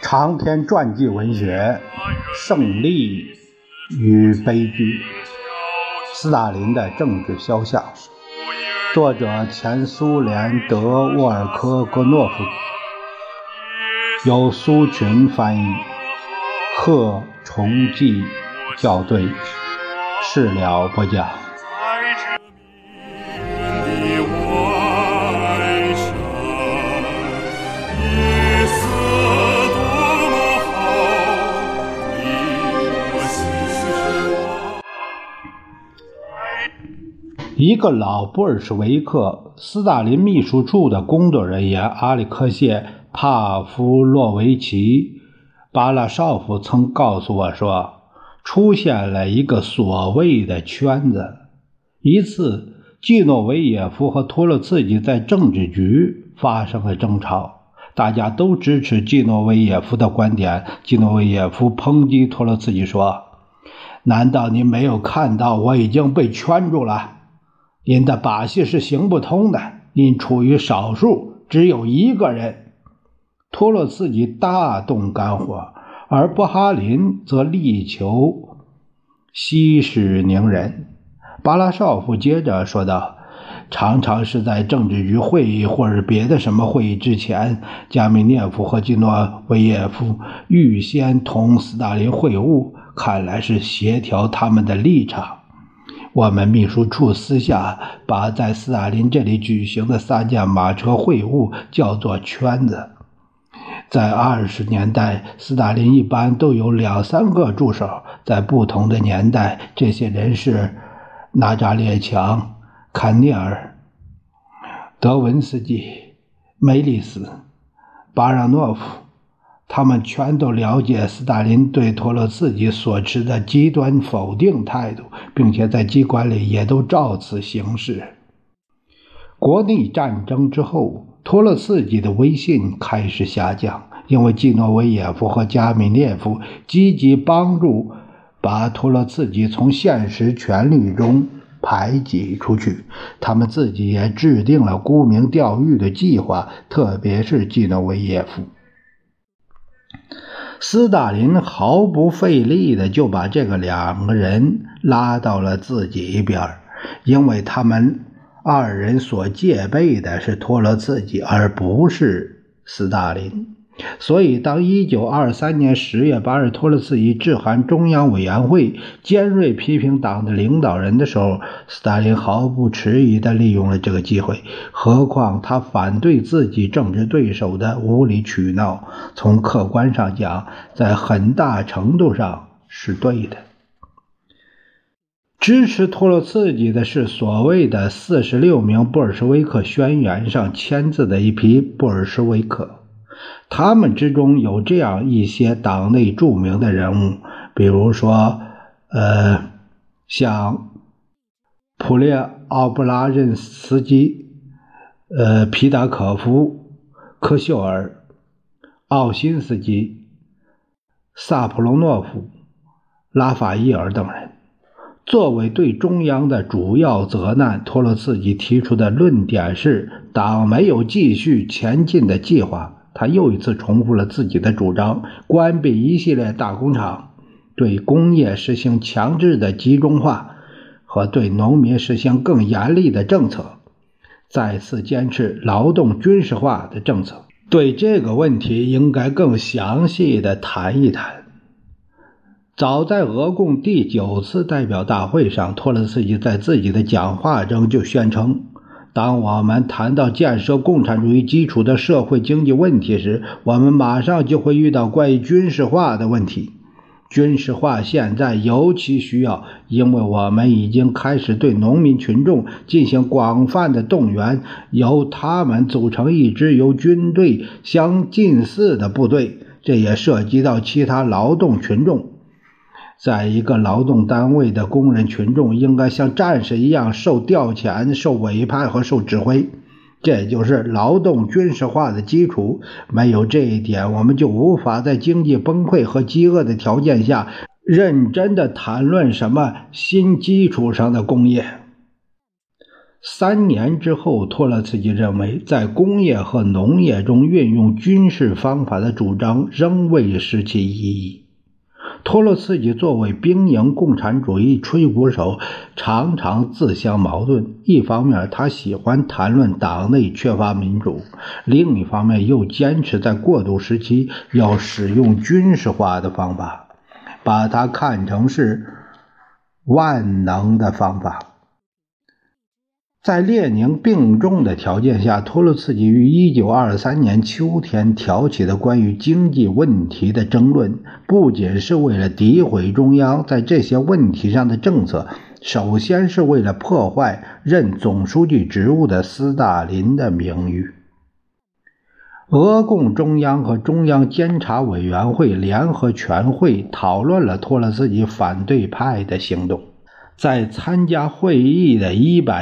长篇传记文学《胜利与悲剧》，斯大林的政治肖像，作者前苏联德沃尔科戈诺夫，由苏群翻译，贺崇济校对，事了播讲。一个老布尔什维克斯大林秘书处的工作人员阿里克谢·帕夫洛维奇·巴拉绍夫曾告诉我说，出现了一个所谓的圈子。一次，季诺维也夫和托洛茨基在政治局发生了争吵，大家都支持季诺维也夫的观点。季诺维也夫抨击托洛茨基说，难道您没有看到我已经被圈住了？您的把戏是行不通的，您处于少数，只有一个人。托洛茨基大动肝火，而布哈林则力求息事宁人。巴拉绍夫接着说道，常常是在政治局会议或者别的什么会议之前，加米涅夫和季诺维也夫预先同斯大林会晤，看来是协调他们的立场。我们秘书处私下把在斯大林这里举行的3架马车会晤叫做圈子。在20年代，斯大林一般都有2-3个助手，在不同的年代，这些人是纳扎列强、坎涅尔、德文斯基、梅利斯、巴让诺夫，他们全都了解斯大林对托洛茨基所持的极端否定态度，并且在机关里也都照此行事。国内战争之后，托洛茨基的威信开始下降，因为季诺维也夫和加米涅夫积极帮助把托洛茨基从现实权力中排挤出去。他们自己也制定了沽名钓誉的计划，特别是季诺维也夫。斯大林毫不费力地就把这个2个人拉到了自己一边，因为他们2人所戒备的是托洛茨基，而不是斯大林。所以当1923年10月8日托洛茨基致函中央委员会，尖锐批评党的领导人的时候，斯大林毫不迟疑地利用了这个机会。何况他反对自己政治对手的无理取闹，从客观上讲，在很大程度上是对的。支持托洛茨基的是所谓的46名布尔什维克宣言上签字的一批布尔什维克，他们之中有这样一些党内著名的人物，比如说像普列奥布拉任斯基、皮达可夫、科秀尔、奥辛斯基、萨普隆诺夫、拉法伊尔等人。作为对中央的主要责难，托洛茨基提出的论点是党没有继续前进的计划。他又一次重复了自己的主张，关闭一系列大工厂，对工业实行强制的集中化和对农民实行更严厉的政策，再次坚持劳动军事化的政策。对这个问题应该更详细地谈一谈。早在俄共第9次代表大会上，托洛茨基在自己的讲话中就宣称，当我们谈到建设共产主义基础的社会经济问题时，我们马上就会遇到关于军事化的问题。军事化现在尤其需要，因为我们已经开始对农民群众进行广泛的动员，由他们组成一支由军队相近似的部队，这也涉及到其他劳动群众。在一个劳动单位的工人群众应该像战士一样受调遣、受委派和受指挥，这就是劳动军事化的基础。没有这一点，我们就无法在经济崩溃和饥饿的条件下认真地谈论什么新基础上的工业。 3年之后，托洛茨基认为在工业和农业中运用军事方法的主张仍未失其意义。托洛茨基作为兵营共产主义吹鼓手，常常自相矛盾。一方面，他喜欢谈论党内缺乏民主；另一方面，又坚持在过渡时期要使用军事化的方法，把它看成是万能的方法。在列宁病重的条件下，托洛茨基于1923年秋天挑起的关于经济问题的争论，不仅是为了诋毁中央在这些问题上的政策，首先是为了破坏任总书记职务的斯大林的名誉。俄共中央和中央监察委员会联合全会讨论了托洛茨基反对派的行动。在参加会议的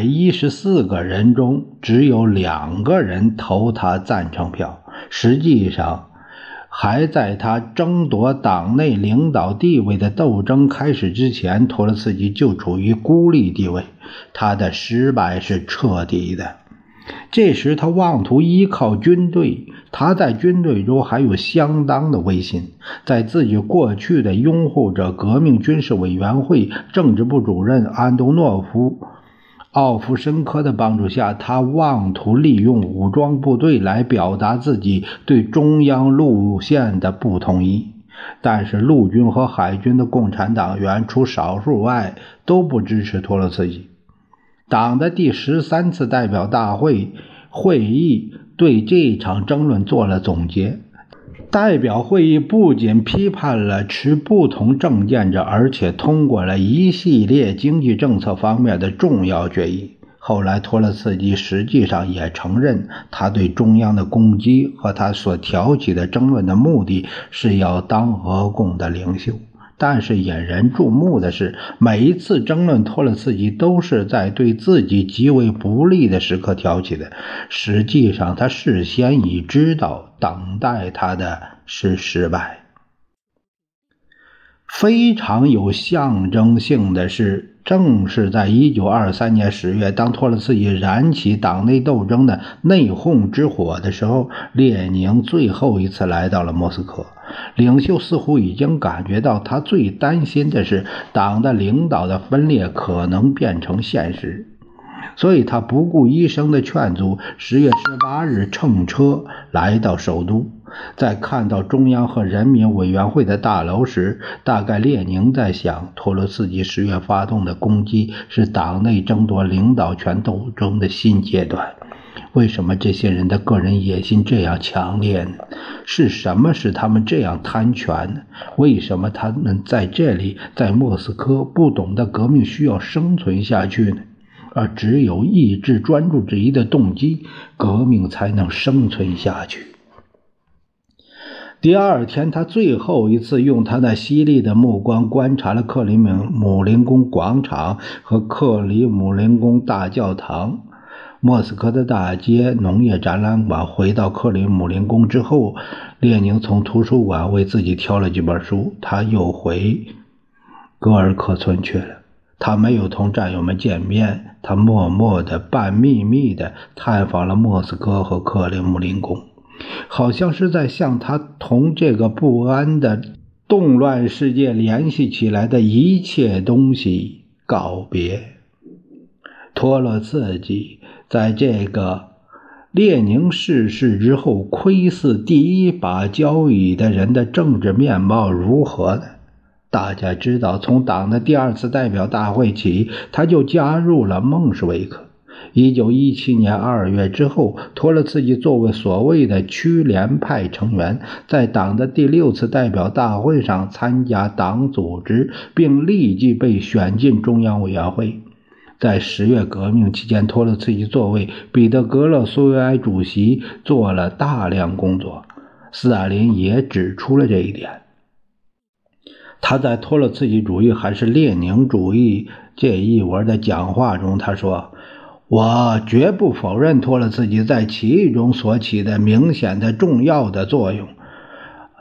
114个人中，只有2个人投他赞成票。实际上，还在他争夺党内领导地位的斗争开始之前，托洛茨基就处于孤立地位，他的失败是彻底的。这时他妄图依靠军队，他在军队中还有相当的威信。在自己过去的拥护者革命军事委员会政治部主任安东诺夫·奥夫申科的帮助下，他妄图利用武装部队来表达自己对中央路线的不同意。但是陆军和海军的共产党员除少数外都不支持托洛茨基。党的第13次代表大会会议对这场争论做了总结。代表会议不仅批判了持不同政见者，而且通过了一系列经济政策方面的重要决议。后来托洛茨基实际上也承认，他对中央的攻击和他所挑起的争论的目的是要当俄共的领袖。但是引人注目的是，每一次争论托洛茨基都是在对自己极为不利的时刻挑起的。实际上他事先已知道等待他的是失败。非常有象征性的是，正是在1923年10月，当托洛茨基燃起党内斗争的内讧之火的时候，列宁最后一次来到了莫斯科。领袖似乎已经感觉到，他最担心的是党的领导的分裂可能变成现实，所以他不顾医生的劝阻，10月18日乘车来到首都。在看到中央和人民委员会的大楼时，大概列宁在想，托洛茨基10月发动的攻击是党内争夺领导权斗争的新阶段。为什么这些人的个人野心这样强烈呢？是什么使他们这样贪权呢？为什么他们在这里，在莫斯科不懂得革命需要生存下去呢？而只有意志专注之一的动机，革命才能生存下去。第二天，他最后一次用他那犀利的目光观察了克里姆林宫广场和克里姆林宫大教堂。莫斯科的大街农业展览馆回到克里姆林宫之后，列宁从图书馆为自己挑了几本书，他又回戈尔克村去了。他没有同战友们见面，他默默的半秘密的探访了莫斯科和克里姆林宫，好像是在向他同这个不安的动乱世界联系起来的一切东西告别。托洛茨基在这个列宁逝世之后窥视第一把交椅的人的政治面貌如何呢？大家知道，从党的第2次代表大会起，他就加入了孟什维克。1917年2月之后，托洛茨基作为所谓的区联派成员，在党的第6次代表大会上参加党组织，并立即被选进中央委员会。在10月革命期间，托洛茨基作为彼得格勒苏维埃主席做了大量工作，斯大林也指出了这一点。他在托洛茨基主义还是列宁主义这一文的讲话中，他说，我绝不否认托洛茨基在起义中所起的明显的重要的作用，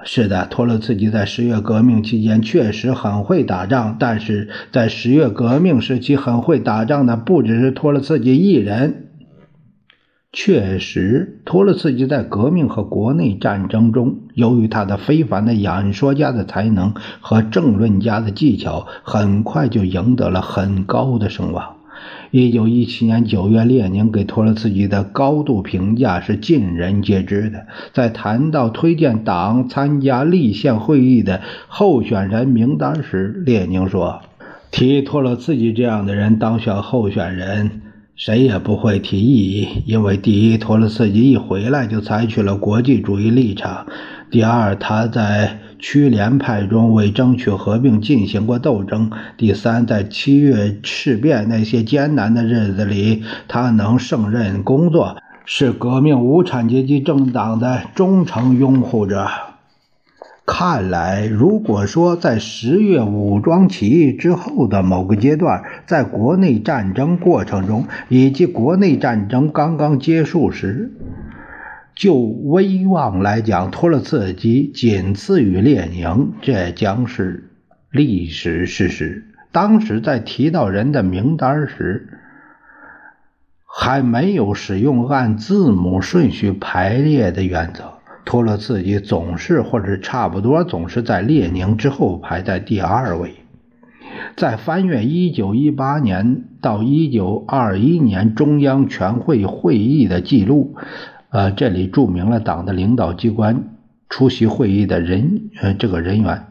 是的，托洛茨基在十月革命期间确实很会打仗，但是在十月革命时期很会打仗的不只是托洛茨基一人。确实，托洛茨基在革命和国内战争中，由于他的非凡的演说家的才能和政论家的技巧，很快就赢得了很高的声望。1917年9月，列宁给托洛茨基的高度评价是尽人皆知的。在谈到推荐党参加立宪会议的候选人名单时，列宁说：“提托洛茨基这样的人当选候选人，谁也不会提异议，因为第一，托洛茨基一回来就采取了国际主义立场；第二，他在区联派中为争取和平进行过斗争；第三，在7月事变那些艰难的日子里，他能胜任工作，是革命无产阶级政党的忠诚拥护者。”看来，如果说在10月武装起义之后的某个阶段，在国内战争过程中，以及国内战争刚刚结束时，就威望来讲，托洛茨基仅次于列宁，这将是历史事实。当时在提到人的名单时，还没有使用按字母顺序排列的原则。托洛茨基总是或者差不多总是在列宁之后排在第2位。在翻阅1918年到1921年中央全会会议的记录，这里注明了党的领导机关出席会议的人员。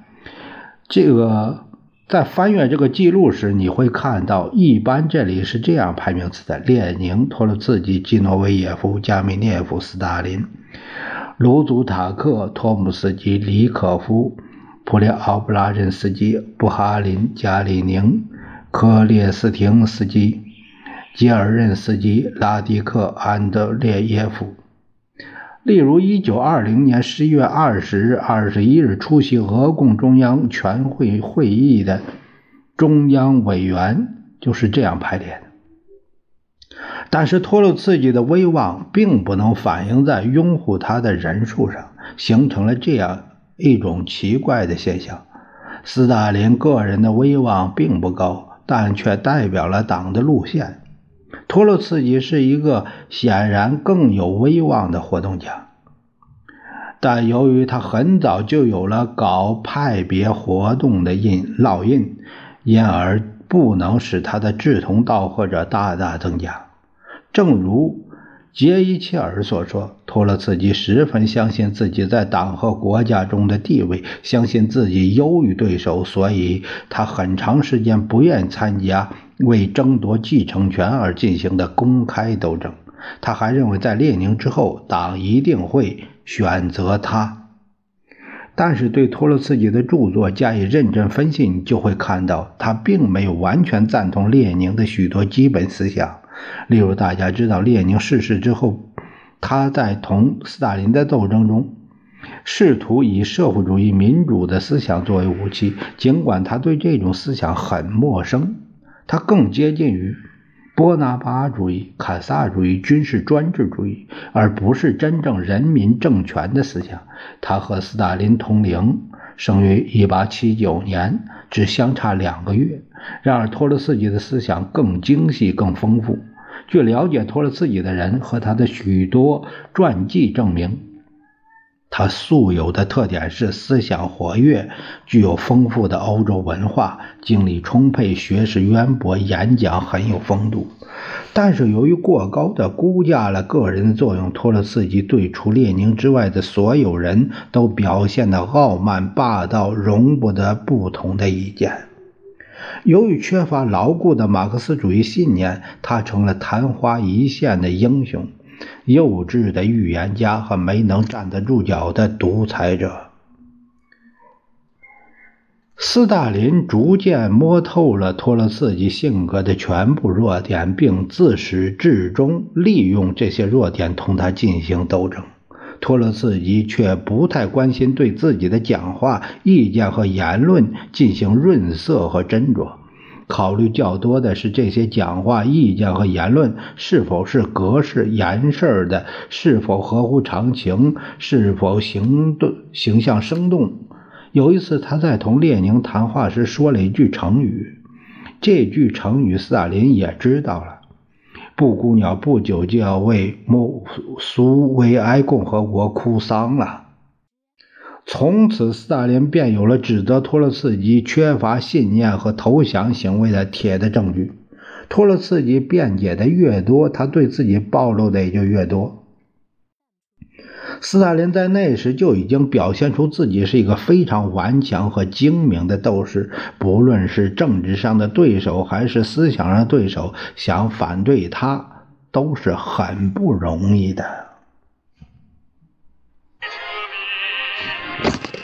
在翻阅这个记录时，你会看到一般这里是这样排名次的：列宁、托洛茨基、基诺维耶夫、加米涅夫、斯大林、卢祖塔克、托姆斯基、李可夫、普列奥布拉任斯基、布哈林、加里宁、科列斯廷斯基、吉尔任斯基、拉迪克、安德烈耶夫。例如1920年11月20日、21日出席俄共中央全会会议的中央委员就是这样排列的。但是托洛茨基的威望并不能反映在拥护他的人数上，形成了这样一种奇怪的现象：斯大林个人的威望并不高，但却代表了党的路线。托洛茨基是一个显然更有威望的活动家，但由于他很早就有了搞派别活动的烙印，因而不能使他的志同道合者大大增加。正如杰伊切尔所说，托洛茨基十分相信自己在党和国家中的地位，相信自己优于对手，所以他很长时间不愿参加为争夺继承权而进行的公开斗争。他还认为在列宁之后，党一定会选择他。但是对托洛茨基的著作加以认真分析，你就会看到他并没有完全赞同列宁的许多基本思想。例如，大家知道列宁逝世之后，他在同斯大林的斗争中试图以社会主义民主的思想作为武器，尽管他对这种思想很陌生，他更接近于波拿巴主义、凯撒主义、军事专制主义，而不是真正人民政权的思想。他和斯大林同龄，生于1879年，只相差2个月。然而托洛茨基的思想更精细、更丰富。据了解托洛茨基的人和他的许多传记证明，他素有的特点是思想活跃，具有丰富的欧洲文化，精力充沛，学识渊博，演讲很有风度。但是由于过高地估价了个人的作用，托洛茨基对除列宁之外的所有人都表现得傲慢霸道，容不得不同的意见。由于缺乏牢固的马克思主义信念，他成了昙花一现的英雄，幼稚的预言家和没能站得住脚的独裁者。斯大林逐渐摸透了托洛茨基性格的全部弱点，并自始至终利用这些弱点同他进行斗争。托洛茨基却不太关心对自己的讲话、意见和言论进行润色和斟酌， 考虑较多的是这些讲话意见和言论是否是格式严事的，是否合乎常情，是否形象生动。有一次他在同列宁谈话时说了一句成语，这句成语斯大林也知道了。布谷鸟不久就要为苏维埃共和国哭丧了。从此斯大林便有了指责托洛茨基缺乏信念和投降行为的铁的证据。托洛茨基辩解的越多，他对自己暴露的也就越多。斯大林在那时就已经表现出自己是一个非常顽强和精明的斗士，不论是政治上的对手还是思想上的对手，想反对他都是很不容易的。